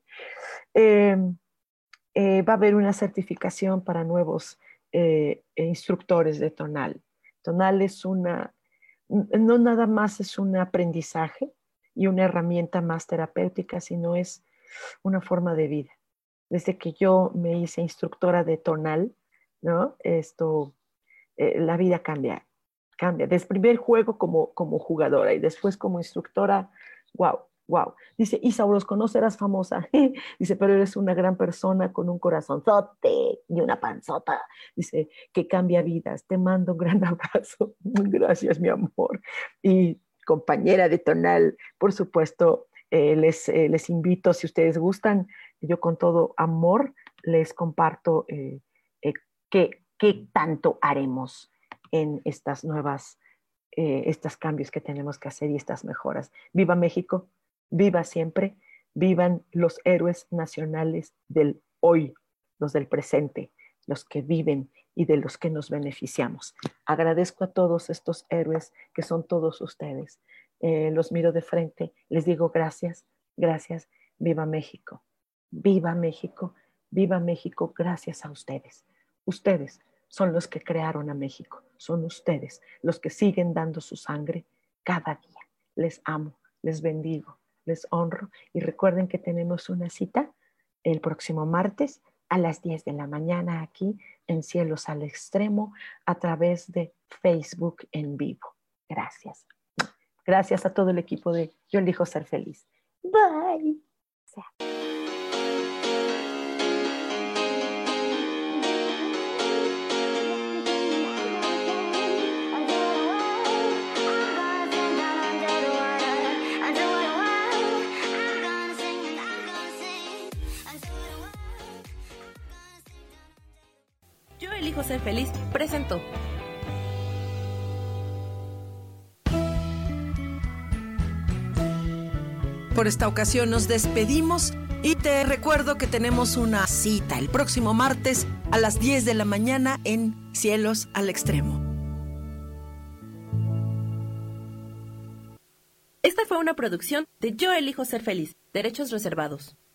Va a haber una certificación para nuevos instructores de Tonal. Tonal es no nada más es un aprendizaje y una herramienta más terapéutica, sino es una forma de vida. Desde que yo me hice instructora de Tonal, ¿no? La vida cambia. Desde el primer juego como jugadora y después como instructora, wow. Dice, Isa, los conocerás famosa. Dice, pero eres una gran persona con un corazonzote y una panzota. Dice, que cambia vidas. Te mando un gran abrazo. Gracias, mi amor. Y compañera de Tonal, por supuesto, les invito, si ustedes gustan, yo con todo amor les comparto qué tanto haremos en estas estos cambios que tenemos que hacer y estas mejoras. ¡Viva México! ¡Viva siempre! ¡Vivan los héroes nacionales del hoy, los del presente, los que viven y de los que nos beneficiamos! Agradezco a todos estos héroes que son todos ustedes. Los miro de frente, les digo gracias, gracias. ¡Viva México! ¡Viva México! ¡Viva México! Gracias a ustedes. Ustedes son los que crearon a México. Son ustedes los que siguen dando su sangre cada día. Les amo, les bendigo, les honro y recuerden que tenemos una cita el próximo martes a las 10 de la mañana aquí en Cielos al Extremo a través de Facebook en vivo. Gracias. Gracias a todo el equipo de Yo Elijo Ser Feliz. Bye. Yo Elijo Ser Feliz presentó. Por esta ocasión nos despedimos y te recuerdo que tenemos una cita el próximo martes a las 10 de la mañana en Cielos al Extremo. Esta fue una producción de Yo Elijo Ser Feliz, derechos reservados.